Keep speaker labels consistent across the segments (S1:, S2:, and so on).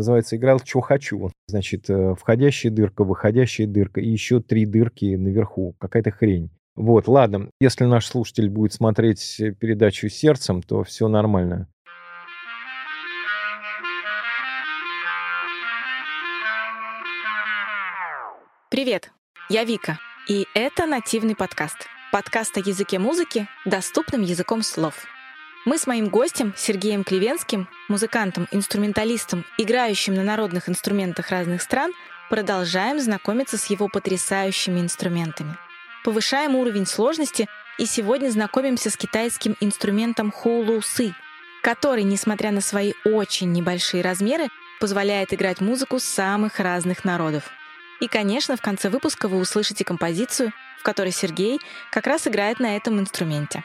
S1: называется, играл "Чё хочу". Значит, входящая дырка, выходящая дырка и еще 3 дырки наверху. Какая-то хрень. Вот, ладно. Если наш слушатель будет смотреть передачу сердцем, то все нормально.
S2: Привет, я Вика, и это нативный подкаст. Подкаст о языке музыки доступным языком слов. Мы с моим гостем Сергеем Клевенским, музыкантом, инструменталистом, играющим на народных инструментах разных стран, продолжаем знакомиться с его потрясающими инструментами. Повышаем уровень сложности и сегодня знакомимся с китайским инструментом хулусы, который, несмотря на свои очень небольшие размеры, позволяет играть музыку самых разных народов. И, конечно, в конце выпуска вы услышите композицию, в которой Сергей как раз играет на этом инструменте.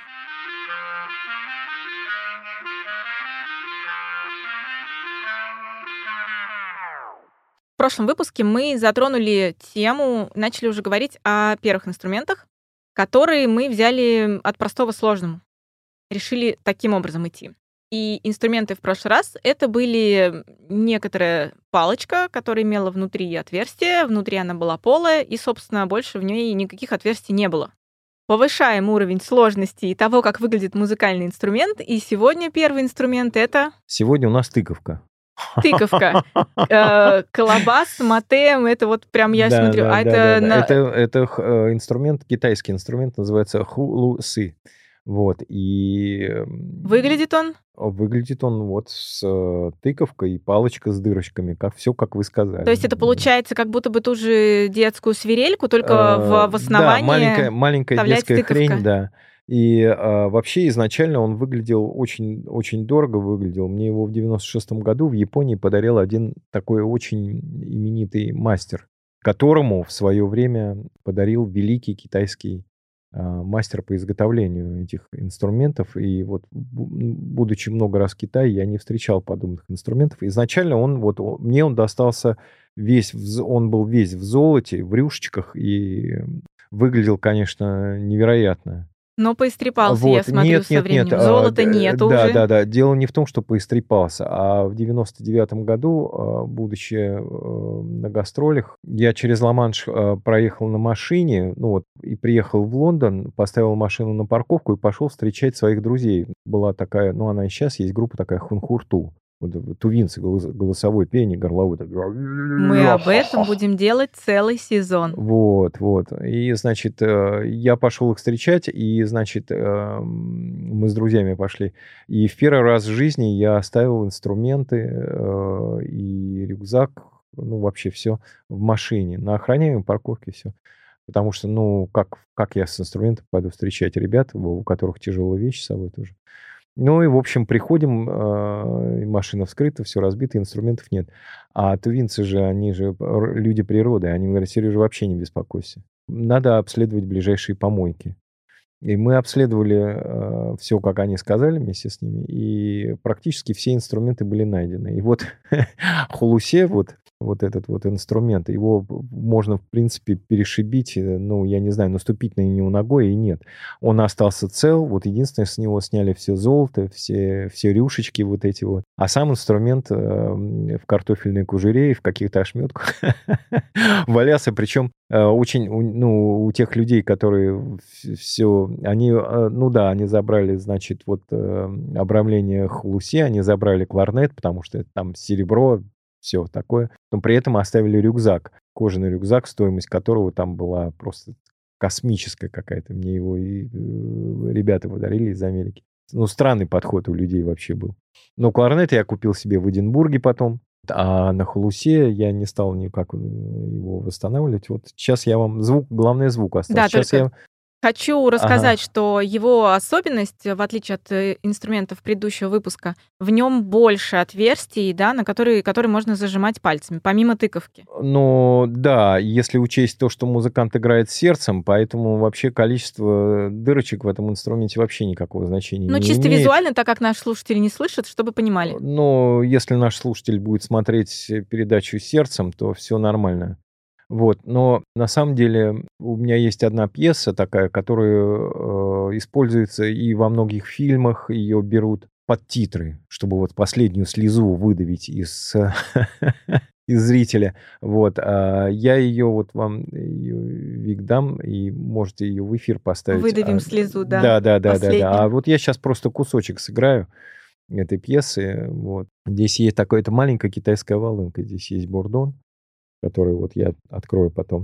S2: В прошлом выпуске мы затронули тему, начали уже говорить о первых инструментах, которые мы взяли от простого к сложному. Решили таким образом идти. И инструменты в прошлый раз это были некоторая палочка, которая имела внутри отверстие, внутри она была полая, и, собственно, больше в ней никаких отверстий не было. Повышаем уровень сложности и того, как выглядит музыкальный инструмент, и сегодня первый инструмент — это...
S1: Сегодня у нас тыковка.
S2: Тыковка. Колобас, матем, это вот прям я смотрю.
S1: Это инструмент, китайский инструмент, называется хулусы. Вот, и...
S2: Выглядит он?
S1: Выглядит он вот с тыковкой и палочка с дырочками, как вы сказали.
S2: То есть это получается как будто бы ту же детскую свирельку, только в основании
S1: да, маленькая детская хрень, да. И вообще изначально он выглядел очень, очень дорого выглядел. Мне его в 96-м году в Японии подарил один такой очень именитый мастер, которому в свое время подарил великий китайский мастер по изготовлению этих инструментов. И вот, будучи много раз в Китае, я не встречал подобных инструментов. Изначально мне он достался он был весь в золоте, в рюшечках, и выглядел, конечно, невероятно.
S2: Но поистрепался, я смотрю, со временем. Золота нет уже.
S1: Да. Дело не в том, что поистрепался, а в 99-м году, будучи на гастролях, я через Ла-Манш проехал на машине, и приехал в Лондон, поставил машину на парковку и пошел встречать своих друзей. Была такая, она и сейчас есть группа такая Хунхурту. Тувинцы, голосовое пение, горловое.
S2: Мы об этом будем делать целый сезон.
S1: Вот. И, значит, я пошел их встречать, и, значит, мы с друзьями пошли. И в первый раз в жизни я оставил инструменты и рюкзак, вообще все в машине, на охраняемой парковке все. Потому что, как я с инструментом пойду встречать ребят, у которых тяжелые вещи с собой тоже. И, в общем, приходим, машина вскрыта, все разбито, инструментов нет. А тувинцы же, они же люди природы. Они говорят: Сережа, вообще не беспокойся. Надо обследовать ближайшие помойки. И мы обследовали все, как они сказали, вместе с ними, и практически все инструменты были найдены. И вот хулусе, вот этот вот инструмент, его можно, в принципе, перешибить, я не знаю, наступить на него ногой, и нет. Он остался цел, вот единственное, с него сняли все золото, все рюшечки вот эти вот. А сам инструмент в картофельной кожуре и в каких-то ошметках валялся, причем очень, у тех людей, которые все, они забрали, значит, обрамление хулусе, они забрали кларнет, потому что это там серебро, все такое. Но при этом оставили рюкзак, кожаный рюкзак, стоимость которого там была просто космическая какая-то. Мне его ребята подарили из Америки. Странный подход у людей вообще был. Но кларнет я купил себе в Эдинбурге потом. А на хулусе я не стал никак его восстанавливать. Вот сейчас я вам главное звук остался.
S2: Да,
S1: сейчас
S2: хочу рассказать, что его особенность, в отличие от инструментов предыдущего выпуска, в нем больше отверстий, да, на которые можно зажимать пальцами, помимо тыковки.
S1: Да, если учесть то, что музыкант играет сердцем, поэтому вообще количество дырочек в этом инструменте вообще никакого значения не имеет.
S2: Чисто визуально, так как наш слушатель не слышит, чтобы понимали.
S1: Если наш слушатель будет смотреть передачу сердцем, то все нормально. Вот, но на самом деле у меня есть одна пьеса такая, которая используется и во многих фильмах, ее берут. подтитры, чтобы вот последнюю слезу выдавить из из зрителя. Вот, я ее вот вам её, Вик, дам, и можете ее в эфир поставить.
S2: Выдавим слезу, да,
S1: Да-да-да-да-да. А
S2: последнюю.
S1: вот я сейчас просто кусочек сыграю этой пьесы. Вот. Здесь есть такое, это маленькая китайская волынка. Здесь есть бурдон, который вот я открою потом.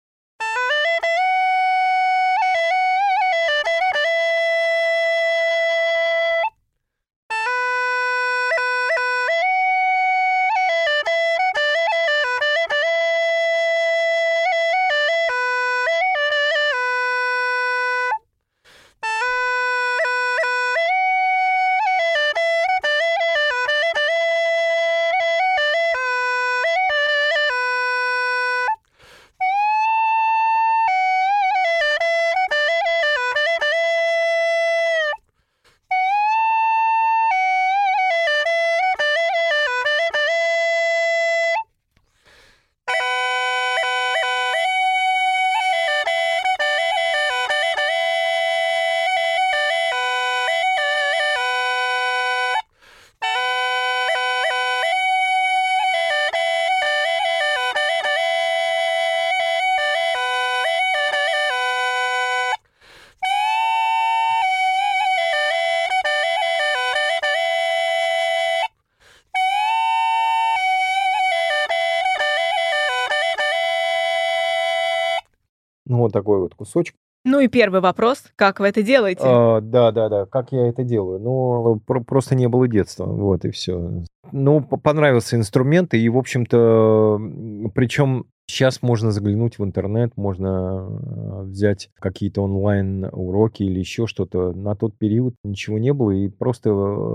S1: Ну, вот такой вот кусочек.
S2: Ну и первый вопрос: как вы это делаете?
S1: Да-да-да. Как я это делаю? Ну, просто не было детства. Вот и все. Ну, понравился инструмент, и, в общем-то, причем сейчас можно заглянуть в интернет, можно взять какие-то онлайн-уроки или еще что-то. На тот период ничего не было, и просто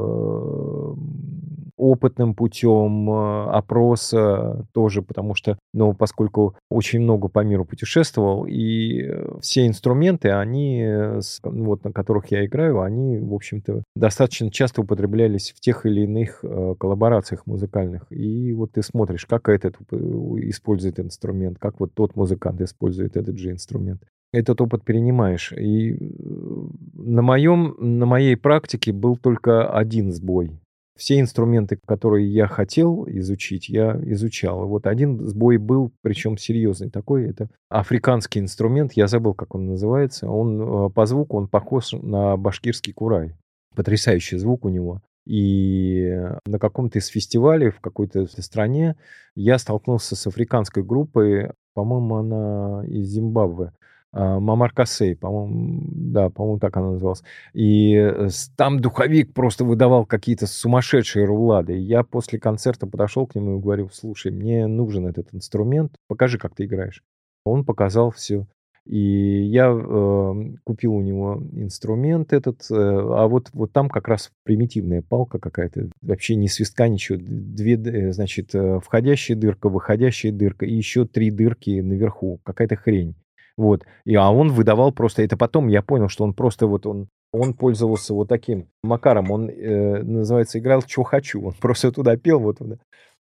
S1: опытным путем опроса тоже, потому что, ну, поскольку очень много по миру путешествовал, и все инструменты, они, вот, на которых я играю, они, в общем-то, достаточно часто употреблялись в тех или иных коллаборациях музыкальных. И вот ты смотришь, как этот использует инструмент, как вот тот музыкант использует этот же инструмент. Этот опыт перенимаешь. И на моей практике был только один сбой. Все инструменты, которые я хотел изучить, я изучал. И вот один сбой был, причем серьезный такой. Это африканский инструмент, я забыл, как он называется. Он по звуку он похож на башкирский курай. Потрясающий звук у него. И на каком-то из фестивалей в какой-то стране я столкнулся с африканской группой, по-моему, она из Зимбабве. Мамар Касей, по-моему, да, по-моему, так она называлась. И там духовик просто выдавал какие-то сумасшедшие рулады. И я после концерта подошел к нему и говорю: слушай, мне нужен этот инструмент, покажи, как ты играешь. Он показал все. И я купил у него инструмент этот, а вот там как раз примитивная палка какая-то, вообще ни свистка, ничего. Значит, входящая дырка, выходящая дырка и еще 3 дырки наверху. Какая-то хрень. Вот. А он выдавал просто это потом я понял, что он просто вот он пользовался вот таким макаром. Он, называется, играл "Чё хочу". Он просто туда пел вот туда.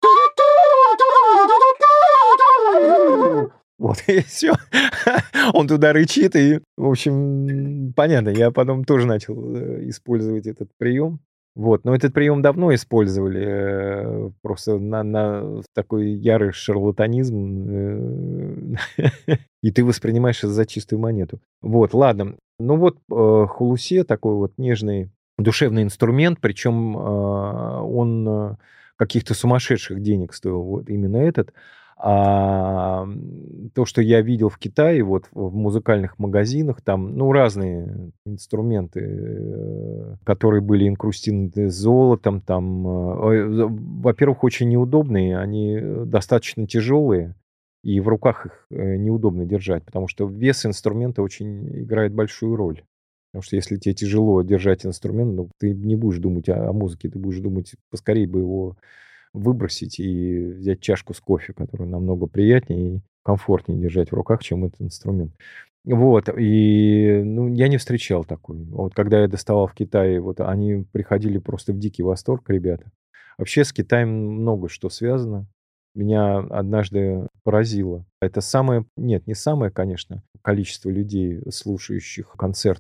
S1: Вот и всё. Он туда рычит и, в общем, понятно. Я потом тоже начал, использовать этот прием. Вот, но этот прием давно использовали, просто на такой ярый шарлатанизм, и ты воспринимаешь это за чистую монету. Вот, ладно. Ну вот, хулусе такой вот нежный душевный инструмент, причем, он, каких-то сумасшедших денег стоил, вот именно этот. То, что я видел в Китае, вот в музыкальных магазинах, там, ну, разные инструменты, которые были инкрустированы золотом, там, во-первых, очень неудобные, они достаточно тяжелые, и в руках их неудобно держать, потому что вес инструмента очень играет большую роль. Потому что если тебе тяжело держать инструмент, ну, ты не будешь думать о музыке, ты будешь думать, поскорее бы его выбросить и взять чашку с кофе, которую намного приятнее и комфортнее держать в руках, чем этот инструмент. Вот, и, ну, я не встречал такой. Вот когда я доставал в Китае, вот они приходили просто в дикий восторг, ребята. Вообще с Китаем много что связано. Меня однажды поразило. Это самое, нет, не самое, конечно, количество людей, слушающих концерт,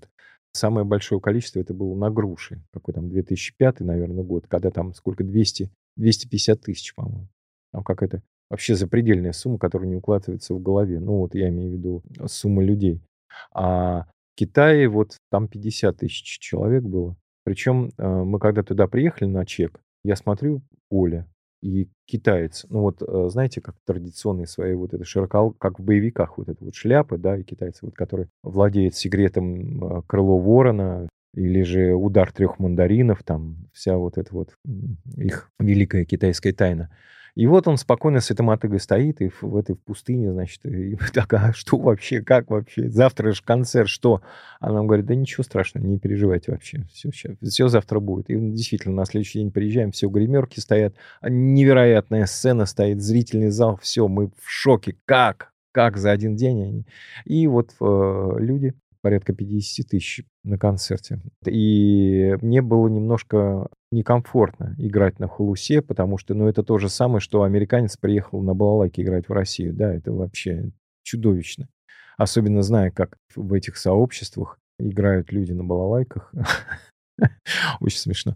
S1: Самое большое количество это было на груши. Какой там 2005, наверное, год, когда там сколько, 250 тысяч, по-моему. Там какая-то вообще запредельная сумма, которая не укладывается в голове. Ну, вот я имею в виду сумма людей. А в Китае вот там 50 тысяч человек было. Причем мы когда туда приехали на чек, я смотрю поле, и китаец, ну вот знаете, как традиционные свои вот это широко, как в боевиках, вот это вот шляпы, да, и китайцы, вот который владеет секретом крыло ворона, или же удар трех мандаринов, там вся вот эта вот их великая китайская тайна. И вот он спокойно с этой мотыгой стоит и в этой пустыне, значит, и так, а что вообще, как вообще? Завтра же концерт, что? Она нам говорит, да ничего страшного, не переживайте вообще, все завтра будет. И действительно, на следующий день приезжаем, все, гримерки стоят, невероятная сцена стоит, зрительный зал, все, мы в шоке, как за один день они. И вот люди, порядка 50 тысяч на концерте. И мне было немножко некомфортно играть на хулусе, потому что, ну, это то же самое, что американец приехал на балалайке играть в Россию. Да, это вообще чудовищно. Особенно зная, как в этих сообществах играют люди на балалайках. Очень смешно.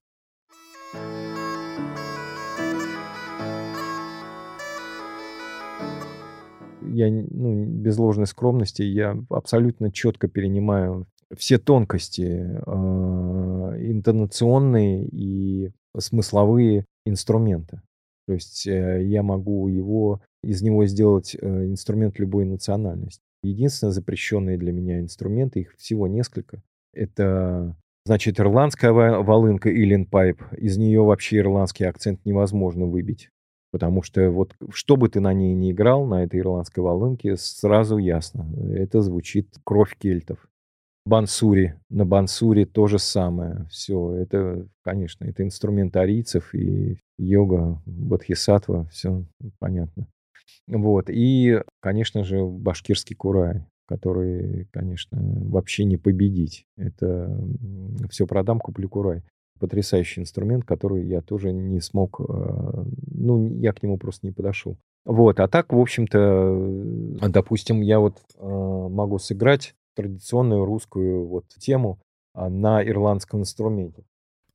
S1: Я, ну, без ложной скромности, я абсолютно четко перенимаю все тонкости интонационные и смысловые инструмента. То есть я могу из него сделать инструмент любой национальности. Единственное запрещенные для меня инструменты, их всего несколько, это, значит, ирландская волынка или пайп. Из нее вообще ирландский акцент невозможно выбить. Потому что вот что бы ты на ней ни играл, на этой ирландской волынке, сразу ясно. Это звучит кровь кельтов. Бансури. На бансури то же самое. Все, это, конечно, это инструмент арийцев и йога, бодхисаттва, все понятно. Вот. И, конечно же, башкирский курай, который, конечно, вообще не победить. Это все продам, куплю курай. Потрясающий инструмент, который я тоже не смог, ну, я к нему просто не подошел. Вот, а так, в общем-то, допустим, я вот могу сыграть традиционную русскую вот тему на ирландском инструменте.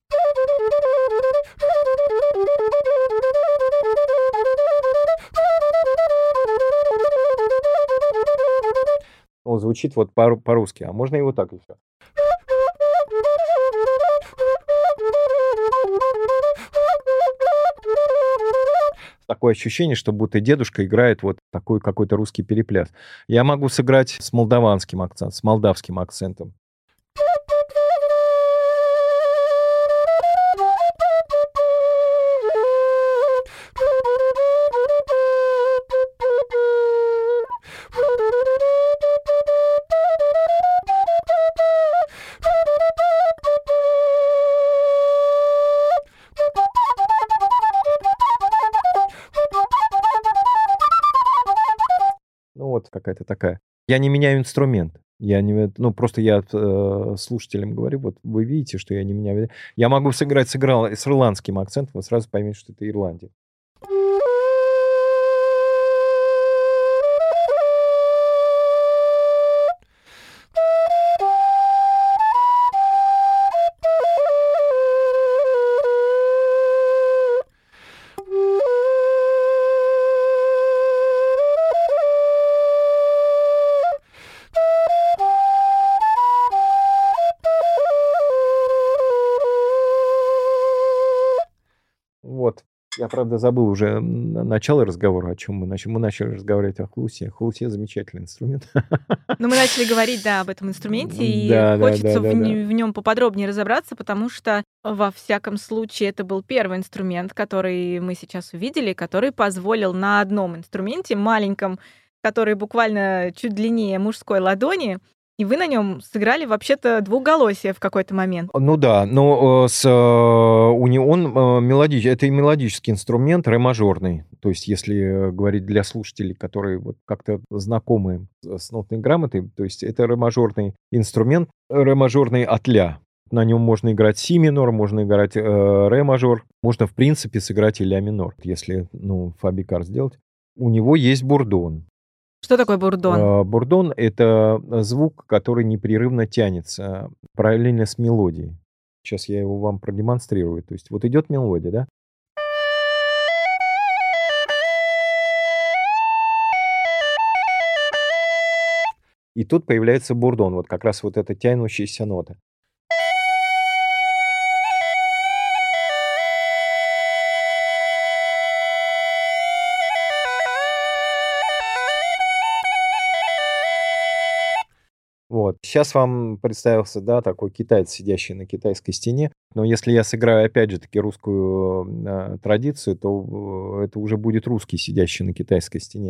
S1: Он звучит вот по-русски, а можно его так еще. Такое ощущение, что будто дедушка играет вот такой какой-то русский перепляс. Я могу сыграть с молдаванским акцентом, с молдавским акцентом. Ну, вот какая-то такая. Я не меняю инструмент. Я не, ну, просто я слушателям говорю, вот вы видите, что я не меняю. Я могу сыграть с ирландским акцентом, вы сразу поймете, что это Ирландия. Вот. Я, правда, забыл уже начало разговора, о чем мы начали. Мы начали разговаривать о хлусе. Хлусе замечательный инструмент.
S2: Ну, мы начали говорить, да, об этом инструменте, и
S1: Да,
S2: хочется
S1: да.
S2: в нем поподробнее разобраться, потому что, во всяком случае, это был первый инструмент, который мы сейчас увидели, который позволил на одном инструменте, маленьком, который буквально чуть длиннее мужской ладони, и вы на нем сыграли вообще-то двухголосие в какой-то момент.
S1: Ну да, но это и мелодический инструмент, ре-мажорный. То есть, если говорить для слушателей, которые вот как-то знакомы с нотной грамотой, то есть это ре-мажорный инструмент, ре-мажорный от ля. На нем можно играть си минор, можно играть ре-мажор, можно, в принципе, сыграть и ля минор, если, ну, фа бикар сделать. У него есть бурдон.
S2: Что такое бурдон?
S1: Бурдон — это звук, который непрерывно тянется параллельно с мелодией. Сейчас я его вам продемонстрирую. То есть вот идет мелодия, да? И тут появляется бурдон, вот как раз вот эта тянущаяся нота. Вот. Сейчас вам представился, да, такой китаец, сидящий на китайской стене. Но если я сыграю, опять же таки, русскую традицию, то это уже будет русский, сидящий на китайской стене.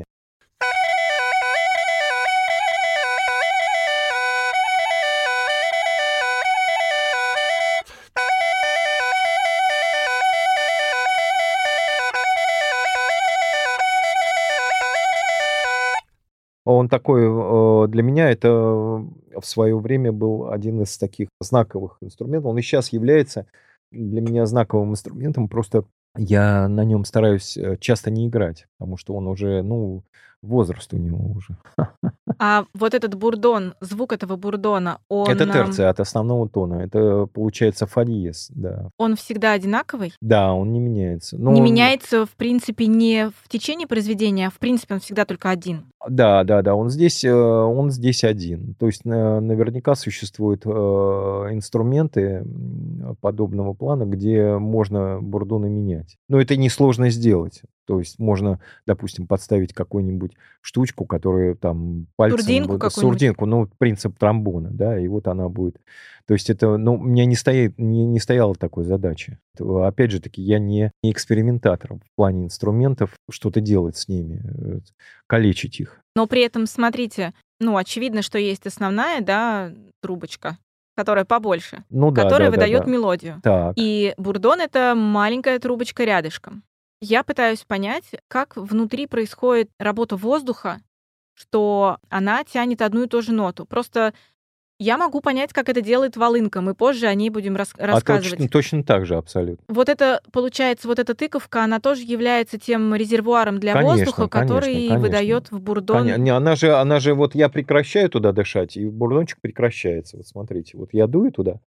S1: Он такой, для меня это в свое время был один из таких знаковых инструментов. Он и сейчас является для меня знаковым инструментом. Просто я на нем стараюсь часто не играть, потому что он уже, ну, возраст у него уже.
S2: А вот этот бурдон, звук этого бурдона,
S1: Это
S2: он,
S1: терция от основного тона. Это получается фа диез, да.
S2: он всегда одинаковый?
S1: Да, он не меняется. Но
S2: Не
S1: он,
S2: меняется, в принципе, не в течение произведения, а в принципе он всегда только один.
S1: да, он здесь один. То есть наверняка существуют инструменты подобного плана, где можно бурдоны менять. Но это несложно сделать. То есть можно, допустим, подставить какую-нибудь штучку, которая там пальцем
S2: Сурдинку какую-нибудь.
S1: сурдинку, ну, принцип тромбона, да, и вот она будет. То есть это, ну, у меня не стояла такой задачи. Опять же таки, я не экспериментатор в плане инструментов, что-то делать с ними, калечить их.
S2: Но при этом, смотрите, ну, очевидно, что есть основная, да, трубочка, которая побольше,
S1: Ну да,
S2: которая
S1: да,
S2: выдает
S1: да.
S2: мелодию.
S1: Так.
S2: И бурдон — это маленькая трубочка рядышком. Я пытаюсь понять, как внутри происходит работа воздуха, что она тянет одну и ту же ноту. Просто я могу понять, как это делает волынка. Мы позже о ней будем рассказывать.
S1: Точно так же абсолютно.
S2: Вот это, получается, вот эта тыковка, она тоже является тем резервуаром для воздуха, который выдает в бурдон.
S1: Не, она же, вот я прекращаю туда дышать, и бурдончик прекращается. Вот смотрите, вот я дую туда.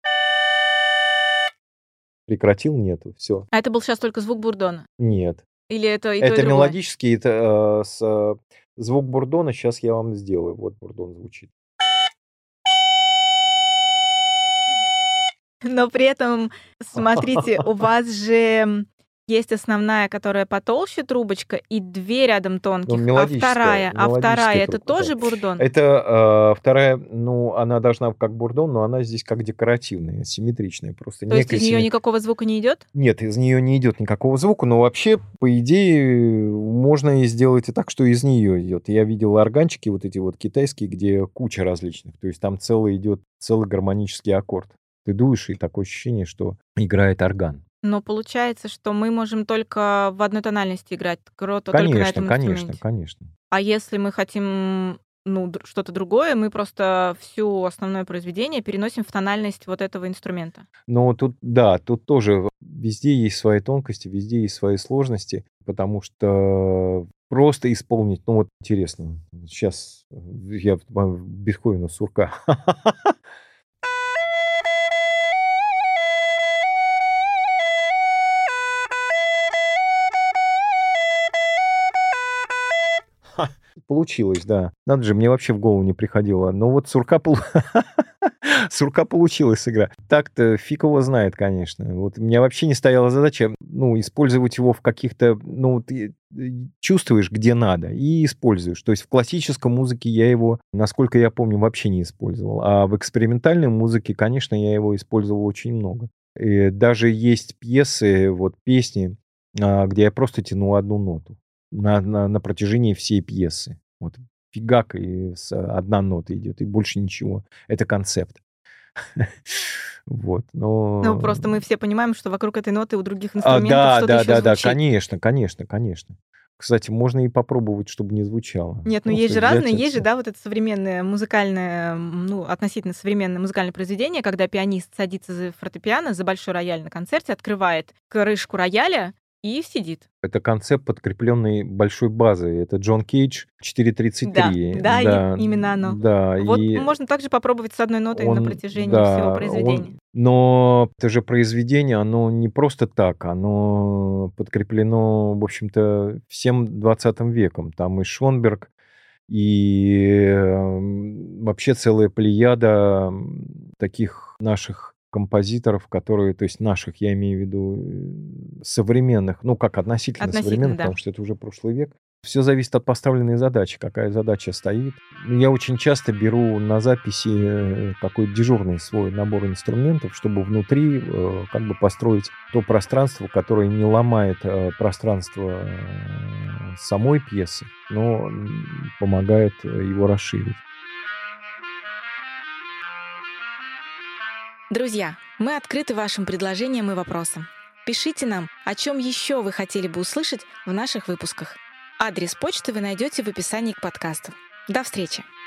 S1: Прекратил, нету, все.
S2: А это был сейчас только звук бурдона?
S1: Нет.
S2: Или это и то, и
S1: Это
S2: другое?
S1: мелодический, это звук бурдона. Сейчас я вам сделаю. Вот бурдон звучит.
S2: Но при этом, смотрите, у вас же есть основная, которая потолще трубочка, и две рядом тонких, а вторая это
S1: трубка,
S2: тоже
S1: да.
S2: бурдон?
S1: Это вторая, ну, она должна как бурдон, но она здесь как декоративная, симметричная. Просто
S2: То есть
S1: некая
S2: из нее никакого звука не идет?
S1: Нет, из нее не идет никакого звука, но вообще, по идее, можно и сделать и так, что из нее идет. Я видел органчики вот эти вот китайские, где куча различных. То есть там идет целый гармонический аккорд. Ты дуешь, и такое ощущение, что играет орган.
S2: Но получается, что мы можем только в одной тональности играть, только на этом инструменте.
S1: Конечно.
S2: А если мы хотим, ну, что-то другое, мы просто всё основное произведение переносим в тональность вот этого инструмента.
S1: Но тут тоже везде есть свои тонкости, везде есть свои сложности, потому что просто исполнить, ну вот интересно, сейчас я Бетховена сурка. Получилось, да. Надо же, мне вообще в голову не приходило. Но вот сурка получилась сыграть. Так-то фиг его знает, конечно. Вот у меня вообще не стояла задача, ну, использовать его в каких-то, ну, ты чувствуешь, где надо, и используешь. То есть в классической музыке я его, насколько я помню, вообще не использовал. А в экспериментальной музыке, конечно, я его использовал очень много. И даже есть пьесы, вот песни, где я просто тяну одну ноту на протяжении всей пьесы. Вот фигак, и одна нота идет, и больше ничего. Это концепт. Вот,
S2: Ну, просто мы все понимаем, что вокруг этой ноты у других
S1: Да,
S2: инструментов что-то еще
S1: да,
S2: звучит.
S1: конечно. Кстати, можно и попробовать, чтобы не звучало.
S2: Нет, ну
S1: Просто
S2: есть же
S1: взять
S2: разные, есть же,
S1: это.
S2: да, вот это современное музыкальное, ну, относительно современное музыкальное произведение, когда пианист садится за фортепиано, за большой рояль на концерте, открывает крышку рояля, и сидит.
S1: Это концепт, подкрепленный большой базой. Это Джон Кейдж
S2: Да,
S1: 4:33.
S2: да,
S1: Да,
S2: именно оно.
S1: да,
S2: Вот
S1: и
S2: можно также попробовать с одной нотой на
S1: он,
S2: протяжении всего
S1: да,
S2: произведения.
S1: но это же произведение, оно не просто так, оно подкреплено, в общем-то, всем 20 веком. Там и Шонберг, и вообще целая плеяда таких наших композиторов, которые, то есть наших, я имею в виду, современных, ну как относительно
S2: Относительно,
S1: современных,
S2: да.
S1: потому что это уже прошлый век. Все зависит от поставленной задачи, какая задача стоит. Я очень часто беру на записи какой-то дежурный свой набор инструментов, чтобы внутри как бы построить то пространство, которое не ломает пространство самой пьесы, но помогает его расширить.
S2: Друзья, мы открыты вашим предложениям и вопросам. Пишите нам, о чем еще вы хотели бы услышать в наших выпусках. Адрес почты вы найдете в описании к подкасту. До встречи!